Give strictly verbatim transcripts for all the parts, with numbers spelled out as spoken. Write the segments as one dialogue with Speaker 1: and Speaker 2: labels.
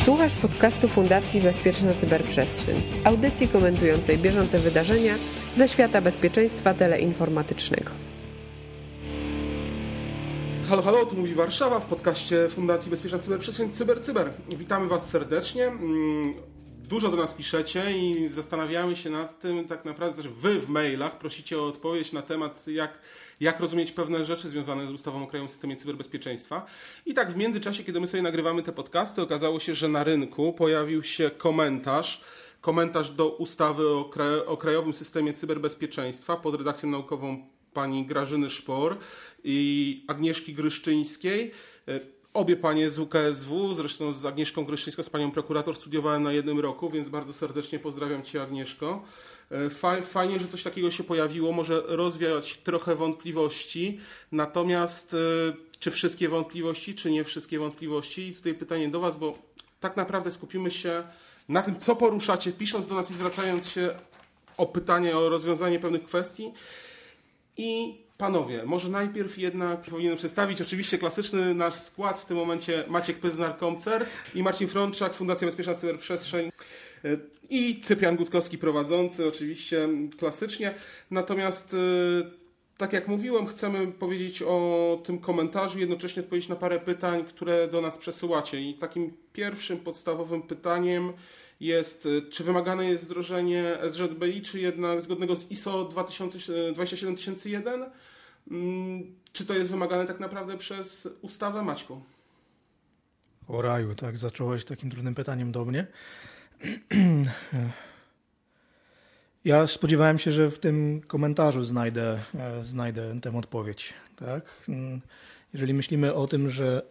Speaker 1: Słuchasz podcastu Fundacji Bezpieczna Cyberprzestrzeń, audycji komentującej bieżące wydarzenia ze świata bezpieczeństwa teleinformatycznego.
Speaker 2: Halo, halo, tu mówi Warszawa w podcaście Fundacji Bezpieczna Cyberprzestrzeń Cyber Cyber. Witamy Was serdecznie. Dużo do nas piszecie i zastanawiamy się nad tym, tak naprawdę, że Wy w mailach prosicie o odpowiedź na temat, jak, jak rozumieć pewne rzeczy związane z ustawą o krajowym systemie cyberbezpieczeństwa. I tak w międzyczasie, kiedy my sobie nagrywamy te podcasty, okazało się, że na rynku pojawił się komentarz, komentarz do ustawy o, kraj, o krajowym systemie cyberbezpieczeństwa pod redakcją naukową pani Grażyny Szpor i Agnieszki Gryszczyńskiej. Obie panie z U K S W, zresztą z Agnieszką Gryszczyńską, z panią prokurator studiowałem na jednym roku, więc bardzo serdecznie pozdrawiam Cię, Agnieszko. Fajnie, że coś takiego się pojawiło, może rozwiać trochę wątpliwości, natomiast czy wszystkie wątpliwości, czy nie wszystkie wątpliwości? I tutaj pytanie do Was, bo tak naprawdę skupimy się na tym, co poruszacie, pisząc do nas i zwracając się o pytanie, o rozwiązanie pewnych kwestii. I panowie, może najpierw jednak powinienem przedstawić oczywiście klasyczny nasz skład, w tym momencie Maciek Pyznar, Koncert, i Marcin Frączak, Fundacja Bezpieczna Cyberprzestrzeń, i Cyprian Gutkowski prowadzący, oczywiście klasycznie. Natomiast tak jak mówiłem, chcemy powiedzieć o tym komentarzu, jednocześnie odpowiedzieć na parę pytań, które do nas przesyłacie. I takim pierwszym podstawowym pytaniem jest, czy wymagane jest wdrożenie S Z B I, czy jednak zgodnego z I S O dwadzieścia siedem tysięcy jeden? Czy to jest wymagane tak naprawdę przez ustawę? Maćku?
Speaker 3: O raju, tak, zacząłeś takim trudnym pytaniem do mnie. Ja spodziewałem się, że w tym komentarzu znajdę, znajdę tę odpowiedź. Tak? Jeżeli myślimy o tym, że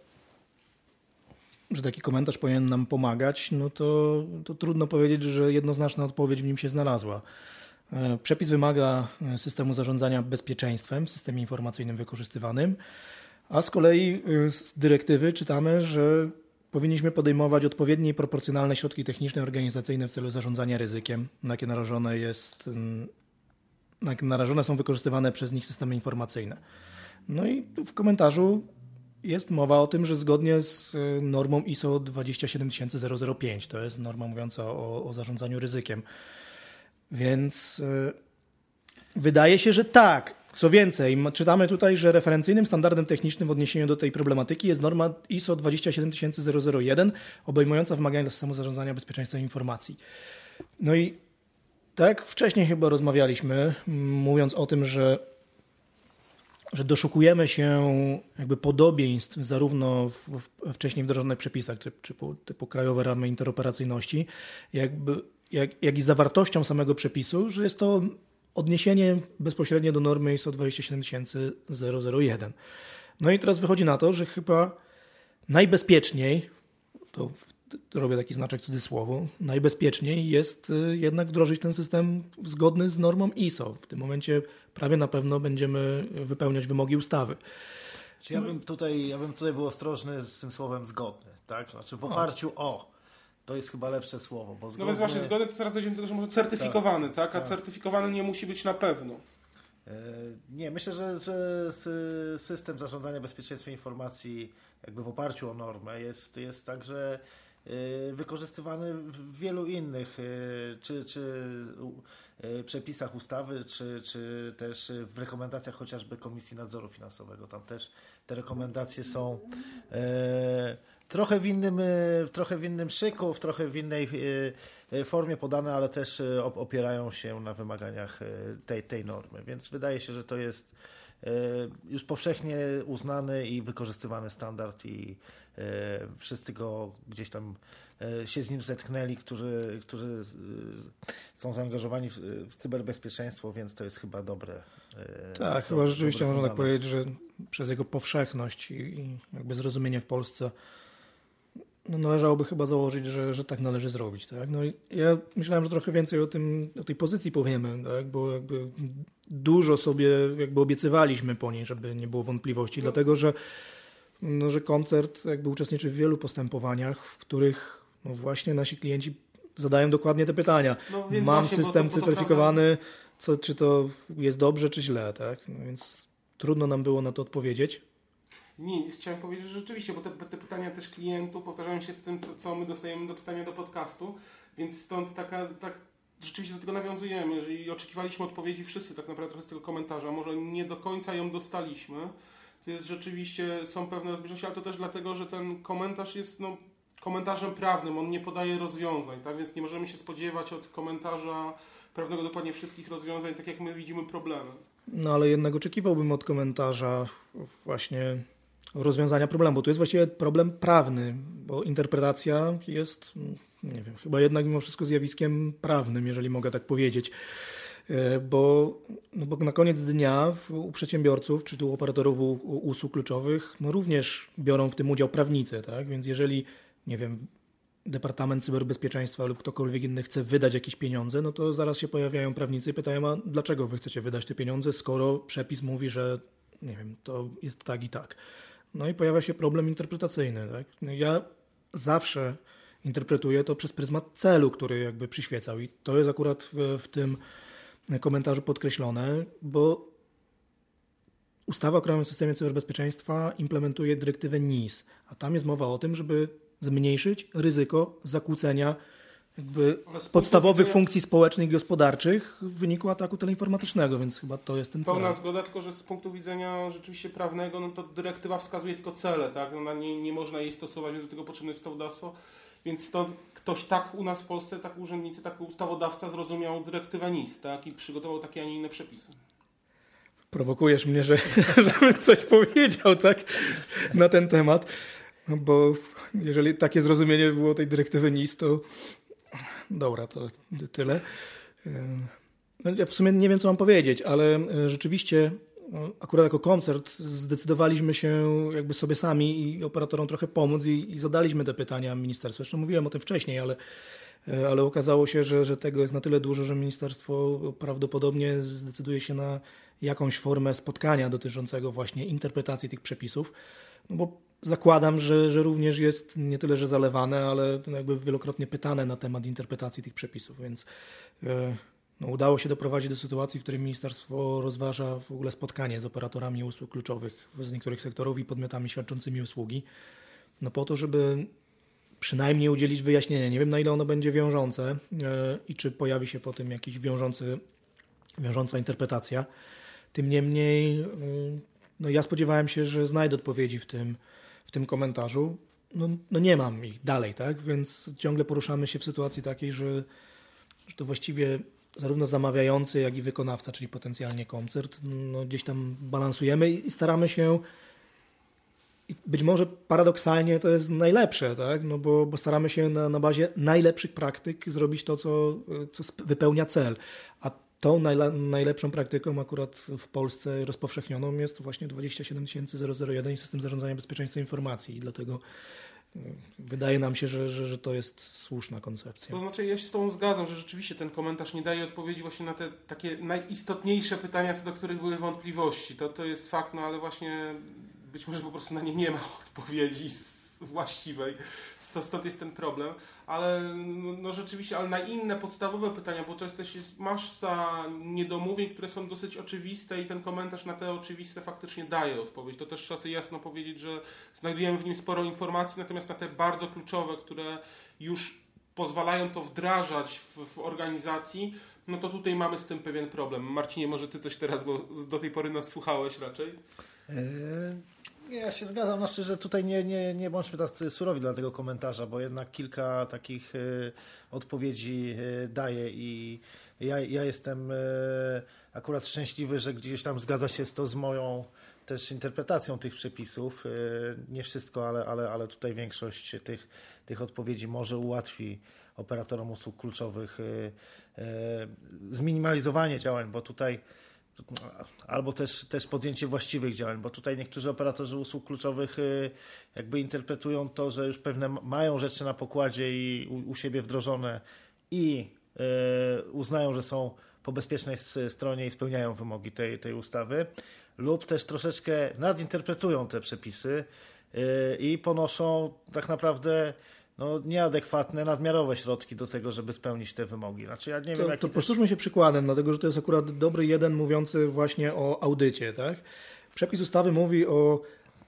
Speaker 3: że taki komentarz powinien nam pomagać, no to, to trudno powiedzieć, że jednoznaczna odpowiedź w nim się znalazła. Przepis wymaga systemu zarządzania bezpieczeństwem w systemie informacyjnym wykorzystywanym, a z kolei z dyrektywy czytamy, że powinniśmy podejmować odpowiednie i proporcjonalne środki techniczne i organizacyjne w celu zarządzania ryzykiem, na jakie narażone, jest, na jakie narażone są wykorzystywane przez nich systemy informacyjne. No i w komentarzu jest mowa o tym, że zgodnie z normą I S O dwadzieścia siedem tysięcy pięć, to jest norma mówiąca o, o zarządzaniu ryzykiem. Więc yy, wydaje się, że tak. Co więcej, czytamy tutaj, że referencyjnym standardem technicznym w odniesieniu do tej problematyki jest norma I S O dwadzieścia siedem tysięcy jeden, obejmująca wymagania dla systemu zarządzania bezpieczeństwem informacji. No i tak wcześniej chyba rozmawialiśmy, mówiąc o tym, że że doszukujemy się jakby podobieństw zarówno w, w wcześniej wdrożonych przepisach typu, typu krajowe ramy interoperacyjności, jakby, jak, jak i zawartością samego przepisu, że jest to odniesienie bezpośrednie do normy I S O dwadzieścia siedem tysięcy jeden. No i teraz wychodzi na to, że chyba najbezpieczniej, to w, robię taki znaczek cudzysłowu, najbezpieczniej jest jednak wdrożyć ten system zgodny z normą I S O. W tym momencie prawie na pewno będziemy wypełniać wymogi ustawy.
Speaker 4: Czy ja bym tutaj, ja bym tutaj był ostrożny z tym słowem zgodny, tak? Znaczy w oparciu o. To jest chyba lepsze słowo. Bo zgodny...
Speaker 2: No więc właśnie zgodny to zaraz dojdziemy do tego, że może certyfikowany, tak? tak? A tak. certyfikowany nie musi być na pewno.
Speaker 4: Nie, myślę, że, że system zarządzania bezpieczeństwem informacji jakby w oparciu o normę jest, jest także wykorzystywany w wielu innych czy, czy przepisach ustawy, czy, czy też w rekomendacjach chociażby Komisji Nadzoru Finansowego. Tam też te rekomendacje są e, trochę w innym, trochę w innym szyku, w trochę w innej formie podane, ale też opierają się na wymaganiach tej, tej normy. Więc wydaje się, że to jest już powszechnie uznany i wykorzystywany standard i wszyscy go gdzieś tam się z nim zetknęli, którzy, którzy są zaangażowani w, w cyberbezpieczeństwo, więc to jest chyba dobre.
Speaker 3: Tak, chyba rzeczywiście można tak powiedzieć, że przez jego powszechność i jakby zrozumienie w Polsce no należałoby chyba założyć, że, że tak należy zrobić. Tak? No i ja myślałem, że trochę więcej o tym, o tej pozycji powiemy, tak? Bo jakby dużo sobie jakby obiecywaliśmy po niej, żeby nie było wątpliwości, no. Dlatego że, no, że Koncert jakby uczestniczy w wielu postępowaniach, w których no właśnie nasi klienci zadają dokładnie te pytania. No, Mam właśnie, system bo to, bo to certyfikowany, co, czy to jest dobrze, czy źle. Tak? No więc trudno nam było na to odpowiedzieć.
Speaker 2: Nie, chciałem powiedzieć, że rzeczywiście, bo te, te pytania też klientów powtarzają się z tym, co, co my dostajemy do pytania do podcastu, więc stąd taka, tak rzeczywiście do tego nawiązujemy. Jeżeli oczekiwaliśmy odpowiedzi wszyscy tak naprawdę trochę z tego komentarza, może nie do końca ją dostaliśmy, to jest rzeczywiście, są pewne rozbieżności, ale to też dlatego, że ten komentarz jest no, komentarzem prawnym, on nie podaje rozwiązań, tak? Więc nie możemy się spodziewać od komentarza prawnego dokładnie wszystkich rozwiązań, tak jak my widzimy problemy.
Speaker 3: No ale jednak oczekiwałbym od komentarza właśnie rozwiązania problemu, bo tu jest właściwie problem prawny, bo interpretacja jest, nie wiem, chyba jednak mimo wszystko zjawiskiem prawnym, jeżeli mogę tak powiedzieć. Bo, no bo na koniec dnia u przedsiębiorców, czy tu u operatorów usług kluczowych, no również biorą w tym udział prawnicy, tak? Więc jeżeli, nie wiem, Departament Cyberbezpieczeństwa lub ktokolwiek inny chce wydać jakieś pieniądze, no to zaraz się pojawiają prawnicy i pytają, a dlaczego wy chcecie wydać te pieniądze, skoro przepis mówi, że nie wiem, to jest tak i tak. No i pojawia się problem interpretacyjny, tak? No ja zawsze interpretuję to przez pryzmat celu, który jakby przyświecał i to jest akurat w, w tym komentarzu podkreślone, bo ustawa o Krajowym Systemie Cyberbezpieczeństwa implementuje dyrektywę N I S, a tam jest mowa o tym, żeby zmniejszyć ryzyko zakłócenia jakby podstawowych widzenia... funkcji społecznych i gospodarczych w wyniku ataku teleinformatycznego, więc chyba to jest ten cel.
Speaker 2: Pełna zgoda, tylko że z punktu widzenia rzeczywiście prawnego, no to dyrektywa wskazuje tylko cele, tak? No, nie, nie można jej stosować, więc do tego potrzebne jest ustawodawstwo, więc stąd ktoś tak u nas w Polsce, tak urzędnicy, tak ustawodawca zrozumiał dyrektywę N I S, tak? I przygotował takie, a nie inne przepisy.
Speaker 3: Prowokujesz mnie, że, żebym coś powiedział, tak? Na ten temat. No bo jeżeli takie zrozumienie było tej dyrektywy N I S, to dobra, to tyle. No, ja w sumie nie wiem, co mam powiedzieć, ale rzeczywiście akurat jako koncert zdecydowaliśmy się jakby sobie sami i operatorom trochę pomóc i, i zadaliśmy te pytania ministerstwu. Zresztą mówiłem o tym wcześniej, ale, ale okazało się, że, że tego jest na tyle dużo, że ministerstwo prawdopodobnie zdecyduje się na jakąś formę spotkania dotyczącego właśnie interpretacji tych przepisów, no bo zakładam, że, że również jest nie tyle, że zalewane, ale jakby wielokrotnie pytane na temat interpretacji tych przepisów, więc no, udało się doprowadzić do sytuacji, w której ministerstwo rozważa w ogóle spotkanie z operatorami usług kluczowych z niektórych sektorów i podmiotami świadczącymi usługi, no po to, żeby przynajmniej udzielić wyjaśnienia. Nie wiem, na ile ono będzie wiążące i czy pojawi się po tym jakiś wiążący, wiążąca interpretacja. Tym niemniej no ja spodziewałem się, że znajdę odpowiedzi w tym, w tym komentarzu. No, no nie mam ich dalej, tak? Więc ciągle poruszamy się w sytuacji takiej, że, że to właściwie zarówno zamawiający, jak i wykonawca, czyli potencjalnie koncert, no gdzieś tam balansujemy i staramy się, i być może paradoksalnie to jest najlepsze, tak? No bo, bo staramy się na, na bazie najlepszych praktyk zrobić to, co, co wypełnia cel. A tą najle, najlepszą praktyką akurat w Polsce rozpowszechnioną jest właśnie dwadzieścia siedem tysięcy zero zero jeden i system zarządzania bezpieczeństwa informacji. I dlatego wydaje nam się, że, że, że to jest słuszna koncepcja.
Speaker 2: To znaczy, ja się z Tobą zgadzam, że rzeczywiście ten komentarz nie daje odpowiedzi właśnie na te takie najistotniejsze pytania, co do których były wątpliwości. To, to jest fakt, no ale właśnie być może po prostu na nie nie ma odpowiedzi właściwej. Stąd jest ten problem. Ale no, no rzeczywiście, ale na inne podstawowe pytania, bo to jest też jest masa niedomówień, które są dosyć oczywiste i ten komentarz na te oczywiste faktycznie daje odpowiedź. To też trzeba sobie jasno powiedzieć, że znajdujemy w nim sporo informacji, natomiast na te bardzo kluczowe, które już pozwalają to wdrażać w, w organizacji, no to tutaj mamy z tym pewien problem. Marcinie, może Ty coś teraz, bo do tej pory nas słuchałeś raczej?
Speaker 4: Yy... Nie, ja się zgadzam, znaczy, że tutaj nie, nie, nie bądźmy tacy surowi dla tego komentarza, bo jednak kilka takich y, odpowiedzi y, daje i ja, ja jestem y, akurat szczęśliwy, że gdzieś tam zgadza się to z moją też interpretacją tych przepisów. Y, nie wszystko, ale, ale, ale tutaj większość tych, tych odpowiedzi może ułatwi operatorom usług kluczowych y, y, zminimalizowanie działań, bo tutaj albo też, też podjęcie właściwych działań, bo tutaj niektórzy operatorzy usług kluczowych jakby interpretują to, że już pewne mają rzeczy na pokładzie i u, u siebie wdrożone i y, uznają, że są po bezpiecznej stronie i spełniają wymogi tej, tej ustawy, lub też troszeczkę nadinterpretują te przepisy y, i ponoszą tak naprawdę no, nieadekwatne, nadmiarowe środki do tego, żeby spełnić te wymogi. Znaczy, ja nie
Speaker 3: to
Speaker 4: wiem,
Speaker 3: to posłużmy się przykładem, dlatego że to jest akurat dobry jeden mówiący właśnie o audycie. Tak? Przepis ustawy mówi o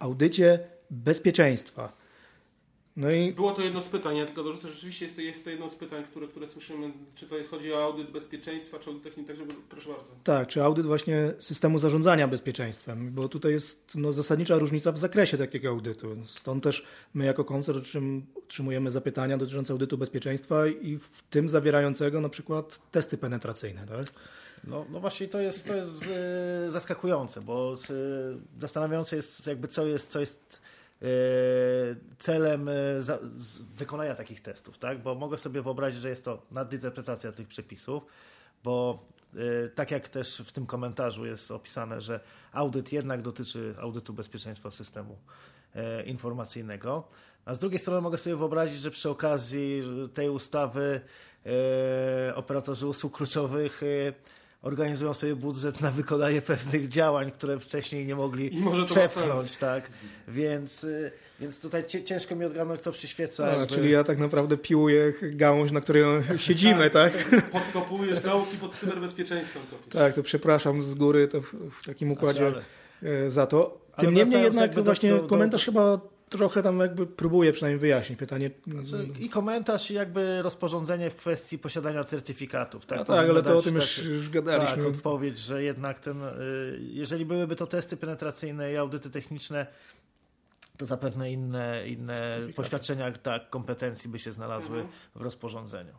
Speaker 3: audycie bezpieczeństwa. No i...
Speaker 2: Było to jedno z pytań, ja tylko dorzucę, rzeczywiście jest to, jest to jedno z pytań, które, które słyszymy, czy to jest, chodzi o audyt bezpieczeństwa, czy audyt techniczny, tak żeby, proszę bardzo.
Speaker 3: Tak, czy audyt właśnie systemu zarządzania bezpieczeństwem, bo tutaj jest no, zasadnicza różnica w zakresie takiego audytu. Stąd też my jako koncern otrzymujemy zapytania dotyczące audytu bezpieczeństwa i w tym zawierającego na przykład testy penetracyjne, tak?
Speaker 4: No, no właśnie to jest, to jest e, zaskakujące, bo e, zastanawiające jest jakby co jest, co jest celem za, z wykonania takich testów, tak? Bo mogę sobie wyobrazić, że jest to nadinterpretacja tych przepisów, bo y, tak jak też w tym komentarzu jest opisane, że audyt jednak dotyczy audytu bezpieczeństwa systemu y, informacyjnego, a z drugiej strony mogę sobie wyobrazić, że przy okazji tej ustawy y, operatorzy usług kluczowych y, organizują sobie budżet na wykonanie pewnych działań, które wcześniej nie mogli przepchnąć, tak? Więc, więc tutaj ciężko mi odgadnąć, co przyświeca.
Speaker 3: A,
Speaker 4: jakby...
Speaker 3: Czyli ja tak naprawdę piłuję gałąź, na której siedzimy, tak?
Speaker 2: tak? Podkopujesz dołki pod cyberbezpieczeństwem.
Speaker 3: Tak, to przepraszam z góry to w, w takim układzie znaczy, ale... za to. Tym
Speaker 4: ale
Speaker 3: niemniej jednak właśnie
Speaker 4: do, do,
Speaker 3: komentarz
Speaker 4: do...
Speaker 3: chyba trochę tam jakby próbuje przynajmniej wyjaśnić pytanie.
Speaker 4: Znaczy, i komentarz i jakby rozporządzenie w kwestii posiadania certyfikatów. Tak,
Speaker 3: no tak, ale to o tym już,
Speaker 4: tak,
Speaker 3: już gadaliśmy.
Speaker 4: Tak, odpowiedź, że jednak ten, jeżeli byłyby to testy penetracyjne i audyty techniczne, to zapewne inne, inne poświadczenia tak, kompetencji by się znalazły mhm. w rozporządzeniu.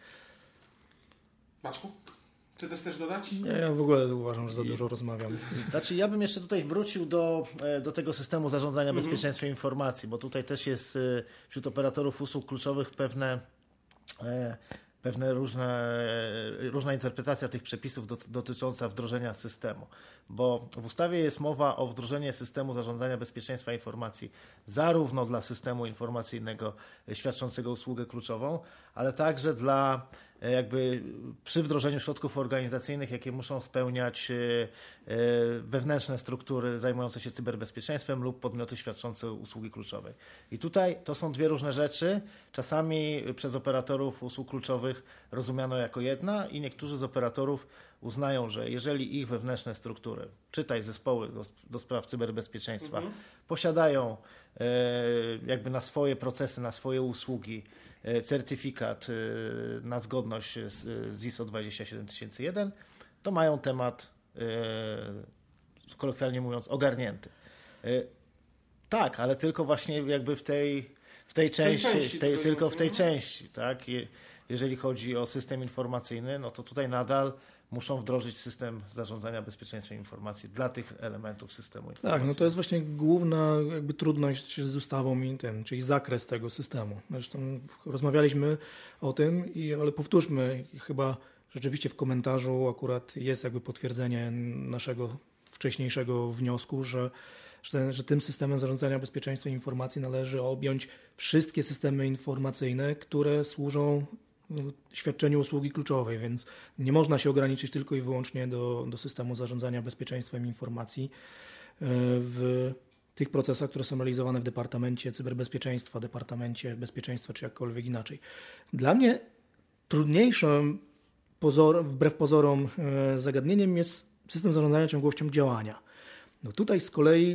Speaker 2: Maćku? Czy coś chcesz dodać?
Speaker 3: Nie, ja w ogóle uważam, że za dużo rozmawiam.
Speaker 4: Znaczy, ja bym jeszcze tutaj wrócił do, do tego systemu zarządzania mhm. bezpieczeństwem informacji, bo tutaj też jest wśród operatorów usług kluczowych pewne, pewne różne, różna interpretacja tych przepisów dotycząca wdrożenia systemu. Bo w ustawie jest mowa o wdrożeniu systemu zarządzania bezpieczeństwa informacji zarówno dla systemu informacyjnego świadczącego usługę kluczową, ale także dla jakby przy wdrożeniu środków organizacyjnych, jakie muszą spełniać wewnętrzne struktury zajmujące się cyberbezpieczeństwem lub podmioty świadczące usługi kluczowej. I tutaj to są dwie różne rzeczy. Czasami przez operatorów usług kluczowych rozumiano jako jedna i niektórzy z operatorów uznają, że jeżeli ich wewnętrzne struktury, czytaj zespoły do, do spraw cyberbezpieczeństwa, mhm. posiadają e, jakby na swoje procesy, na swoje usługi certyfikat na zgodność z, z I S O dwadzieścia siedem tysięcy jeden, to mają temat, kolokwialnie mówiąc, ogarnięty. Tak, ale tylko właśnie jakby w tej, w tej części, tej części tej, tylko w tej części, tak? Jeżeli chodzi o system informacyjny, no to tutaj nadal muszą wdrożyć system zarządzania bezpieczeństwem informacji dla tych elementów systemu informacji.
Speaker 3: Tak, no to jest właśnie główna jakby trudność z ustawą i tym, czyli zakres tego systemu. Zresztą rozmawialiśmy o tym, i, ale powtórzmy, chyba rzeczywiście w komentarzu akurat jest jakby potwierdzenie naszego wcześniejszego wniosku, że, że, że tym systemem zarządzania bezpieczeństwem informacji należy objąć wszystkie systemy informacyjne, które służą świadczeniu usługi kluczowej, więc nie można się ograniczyć tylko i wyłącznie do, do systemu zarządzania bezpieczeństwem informacji w tych procesach, które są realizowane w Departamencie Cyberbezpieczeństwa, Departamencie Bezpieczeństwa, czy jakkolwiek inaczej. Dla mnie trudniejszym, pozor, wbrew pozorom, zagadnieniem jest system zarządzania ciągłością działania. No tutaj z kolei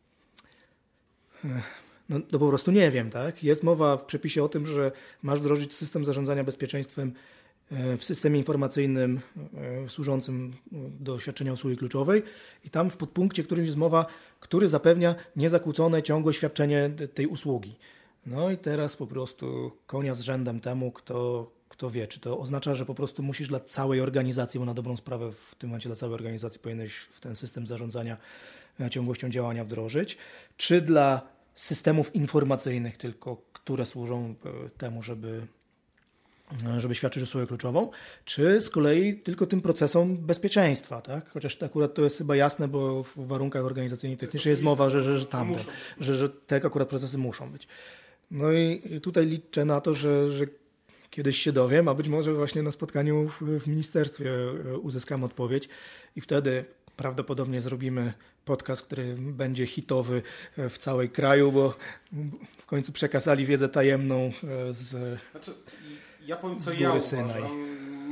Speaker 3: No, no po prostu nie wiem, tak? Jest mowa w przepisie o tym, że masz wdrożyć system zarządzania bezpieczeństwem w systemie informacyjnym służącym do świadczenia usługi kluczowej i tam w podpunkcie, którym jest mowa, który zapewnia niezakłócone, ciągłe świadczenie tej usługi. No i teraz po prostu konia z rzędem temu, kto, kto wie, czy to oznacza, że po prostu musisz dla całej organizacji, bo na dobrą sprawę w tym momencie dla całej organizacji powinieneś w ten system zarządzania ciągłością działania wdrożyć, czy dla systemów informacyjnych tylko, które służą temu, żeby, żeby świadczyć usługę kluczową, czy z kolei tylko tym procesom bezpieczeństwa, tak? Chociaż akurat to jest chyba jasne, bo w warunkach organizacyjnych technicznych jest mowa, że, że, że tam, że, że te akurat procesy muszą być. No i tutaj liczę na to, że, że kiedyś się dowiem, a być może właśnie na spotkaniu w, w ministerstwie uzyskam odpowiedź i wtedy prawdopodobnie zrobimy podcast, który będzie hitowy w całej kraju, bo w końcu przekazali wiedzę tajemną z
Speaker 2: znaczy, ja powiem, co ja
Speaker 3: Synaj.
Speaker 2: uważam.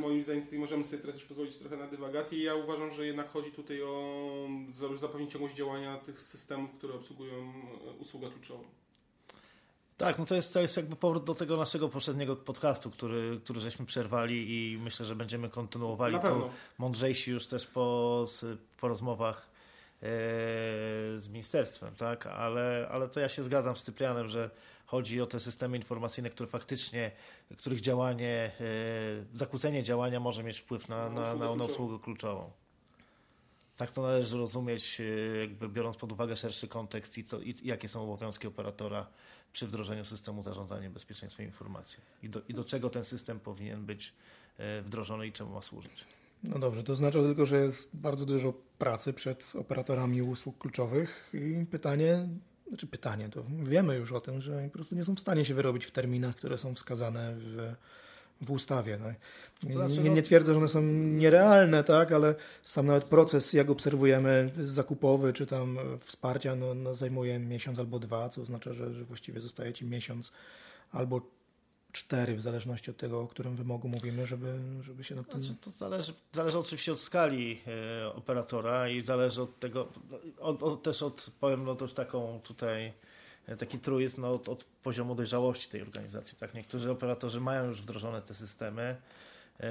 Speaker 2: moim zdaniem tutaj możemy sobie teraz już pozwolić trochę na dywagację. Ja uważam, że jednak chodzi tutaj o zapewnienie ciągłość działania tych systemów, które obsługują usługę kluczową.
Speaker 4: Tak, no to jest, to jest jakby powrót do tego naszego poprzedniego podcastu, który, który żeśmy przerwali i myślę, że będziemy kontynuowali to mądrzejsi już też po, po rozmowach e, z ministerstwem, tak? Ale, ale to ja się zgadzam z Cyprianem, że chodzi o te systemy informacyjne, które faktycznie, których działanie, e, zakłócenie działania może mieć wpływ na, na, na, na usługę kluczową. Tak to należy rozumieć, jakby biorąc pod uwagę szerszy kontekst i, to, i jakie są obowiązki operatora przy wdrożeniu systemu zarządzania bezpieczeństwem informacji i do, i do czego ten system powinien być wdrożony i czemu ma służyć.
Speaker 3: No dobrze, to oznacza tylko, że jest bardzo dużo pracy przed operatorami usług kluczowych i pytanie, znaczy pytanie, to wiemy już o tym, że oni po prostu nie są w stanie się wyrobić w terminach, które są wskazane w w ustawie. No. Nie, nie twierdzę, że one są nierealne, tak, ale sam nawet proces, jak obserwujemy, zakupowy czy tam wsparcia, no, no zajmuje miesiąc albo dwa, co oznacza, że, że właściwie zostaje ci miesiąc albo cztery, w zależności od tego, o którym wymogu mówimy, żeby, żeby się nad tym...
Speaker 4: Znaczy, to zależy, zależy oczywiście od skali e, operatora i zależy od tego, od, od, też od, powiem, no to już taką tutaj taki truizm no, od, od poziomu dojrzałości tej organizacji. Tak? Niektórzy operatorzy mają już wdrożone te systemy e,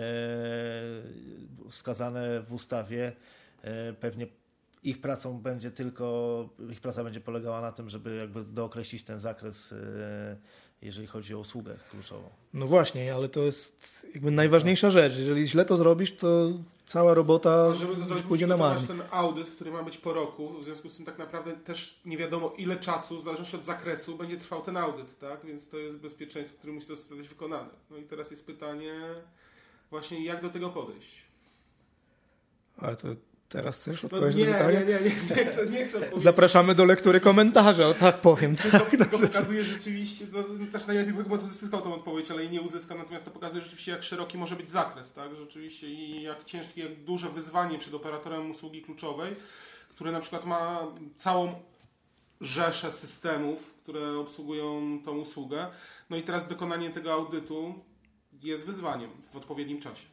Speaker 4: wskazane w ustawie. E, pewnie ich pracą będzie tylko, ich praca będzie polegała na tym, żeby jakby dookreślić ten zakres, e, jeżeli chodzi o usługę kluczową.
Speaker 3: No właśnie, ale to jest jakby najważniejsza rzecz. Jeżeli źle to zrobisz, to cała robota pójdzie na marne.
Speaker 2: Ten audyt, który ma być po roku, w związku z tym tak naprawdę też nie wiadomo ile czasu, w zależności od zakresu, będzie trwał ten audyt, tak? Więc to jest bezpieczeństwo, które musi zostać wykonane. No i teraz jest pytanie właśnie, jak do tego podejść?
Speaker 3: Ale to teraz chcesz
Speaker 2: no
Speaker 3: odpowiedzieć
Speaker 2: nie,
Speaker 3: na pytanie?
Speaker 2: Nie, nie, nie, nie chcę, nie chcę odpowiedzieć.
Speaker 3: Zapraszamy do lektury komentarza, o tak powiem.
Speaker 2: Tylko, tak, tylko pokazuje rzeczywiście, to też najlepiej by uzyskał tą odpowiedź, ale jej nie uzyskał, natomiast to pokazuje rzeczywiście, jak szeroki może być zakres, tak? Rzeczywiście i jak ciężkie, jak duże wyzwanie przed operatorem usługi kluczowej, który na przykład ma całą rzeszę systemów, które obsługują tą usługę. No i teraz dokonanie tego audytu jest wyzwaniem w odpowiednim czasie.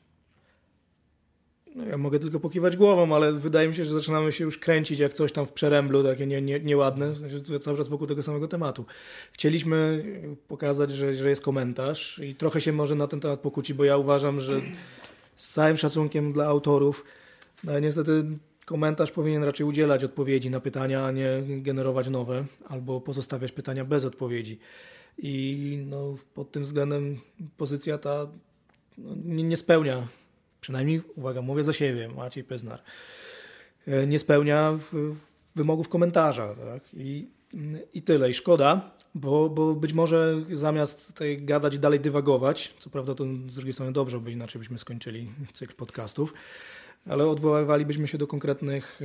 Speaker 3: No ja mogę tylko pokiwać głową, ale wydaje mi się, że zaczynamy się już kręcić jak coś tam w przeręblu, takie nie, nie, nieładne, w sensie cały czas wokół tego samego tematu. Chcieliśmy pokazać, że, że jest komentarz i trochę się może na ten temat pokłócić, bo ja uważam, że z całym szacunkiem dla autorów, no niestety komentarz powinien raczej udzielać odpowiedzi na pytania, a nie generować nowe, albo pozostawiać pytania bez odpowiedzi. I no, pod tym względem pozycja ta no, nie, nie spełnia, przynajmniej, uwaga, mówię za siebie, Maciej Pyznar, nie spełnia w, w wymogów komentarza. Tak? I, I tyle. I szkoda, bo, bo być może zamiast tutaj gadać i dalej dywagować, co prawda to z drugiej strony dobrze, bo inaczej byśmy skończyli cykl podcastów, ale odwoływalibyśmy się do konkretnych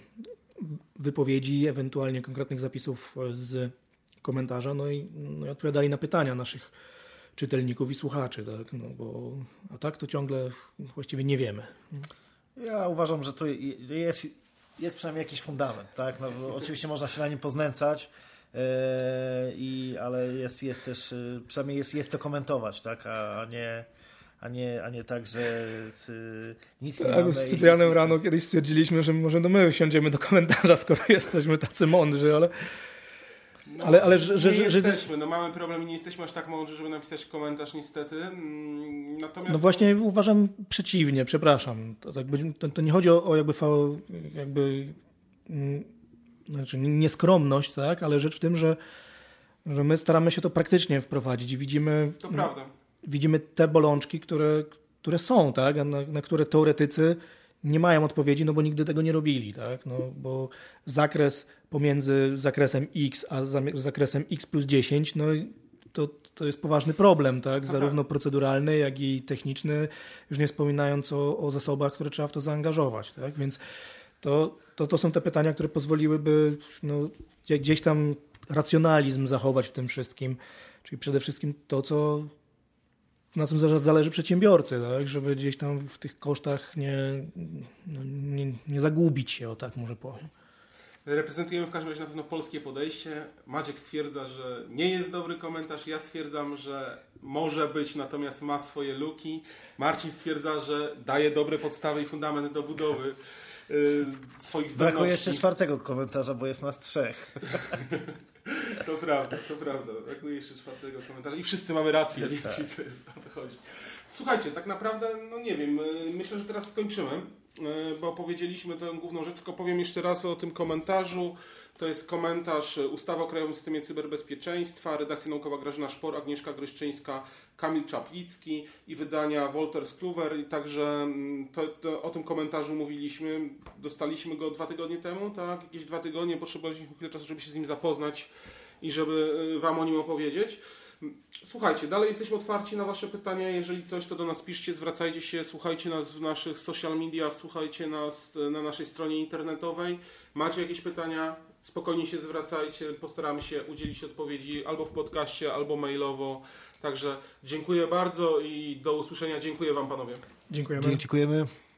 Speaker 3: wypowiedzi, ewentualnie konkretnych zapisów z komentarza, no i, no i odpowiadali na pytania naszych czytelników i słuchaczy, tak? No bo, a tak to ciągle właściwie nie wiemy.
Speaker 4: Ja uważam, że tu jest, jest przynajmniej jakiś fundament, tak? No, oczywiście można się na nim poznęcać, yy, i, ale jest, jest też, przynajmniej jest, jest co komentować, tak? A, a nie... A nie, a nie tak, że z, nic nie mamy.
Speaker 3: Z Cyprianem i... rano kiedyś stwierdziliśmy, że może no my siądziemy do komentarza, skoro jesteśmy tacy mądrzy, ale...
Speaker 2: No,
Speaker 3: ale, ale że,
Speaker 2: nie
Speaker 3: że,
Speaker 2: jesteśmy,
Speaker 3: że...
Speaker 2: no mamy problem i nie jesteśmy aż tak mądrzy, żeby napisać komentarz niestety. Natomiast...
Speaker 3: No właśnie uważam przeciwnie, przepraszam. To, jakby, to, to nie chodzi o, o jakby, jakby znaczy nieskromność, tak? Ale rzecz w tym, że, że my staramy się to praktycznie wprowadzić i widzimy...
Speaker 2: To prawda.
Speaker 3: Widzimy te bolączki, które, które są, tak? na, na które teoretycy nie mają odpowiedzi, no bo nigdy tego nie robili. Tak? No, bo zakres pomiędzy zakresem X a zakresem X plus dziesięć, no to, to jest poważny problem, tak? Zarówno proceduralny, jak i techniczny, już nie wspominając o, o zasobach, które trzeba w to zaangażować. Tak? Więc to, to, to są te pytania, które pozwoliłyby no, gdzieś tam racjonalizm zachować w tym wszystkim, czyli przede wszystkim to, co na czym zależy przedsiębiorcy, tak? Żeby gdzieś tam w tych kosztach nie, no, nie, nie zagubić się, o tak może powiem.
Speaker 2: Reprezentujemy w każdym razie na pewno polskie podejście. Maciek stwierdza, że nie jest dobry komentarz. Ja stwierdzam, że może być, natomiast ma swoje luki. Marcin stwierdza, że daje dobre podstawy i fundament do budowy yy, swoich zdolności.
Speaker 4: Brakuje jeszcze czwartego komentarza, bo jest nas trzech.
Speaker 2: To prawda, to prawda. Brakuje jeszcze czwartego komentarza i wszyscy mamy rację.
Speaker 4: Tak.
Speaker 2: To jest, o to chodzi. Słuchajcie, tak naprawdę, no nie wiem, myślę, że teraz skończymy, bo powiedzieliśmy tę główną rzecz, tylko powiem jeszcze raz o tym komentarzu. To jest komentarz Ustawy o Krajowym Systemie Cyberbezpieczeństwa, redakcja naukowa Grażyna Szpor, Agnieszka Gryszczyńska, Kamil Czaplicki i wydania Wolters Kluwer. I także to, to, o tym komentarzu mówiliśmy, dostaliśmy go dwa tygodnie temu, tak? Jakieś dwa tygodnie, potrzebowaliśmy chwilę czasu, żeby się z nim zapoznać i żeby Wam o nim opowiedzieć. Słuchajcie, dalej jesteśmy otwarci na Wasze pytania. Jeżeli coś, to do nas piszcie, zwracajcie się, słuchajcie nas w naszych social mediach, słuchajcie nas na naszej stronie internetowej. Macie jakieś pytania? Spokojnie się zwracajcie, postaramy się udzielić odpowiedzi albo w podcaście, albo mailowo. Także dziękuję bardzo i do usłyszenia. Dziękuję Wam, panowie.
Speaker 3: Dziękujemy.
Speaker 4: Dziękujemy.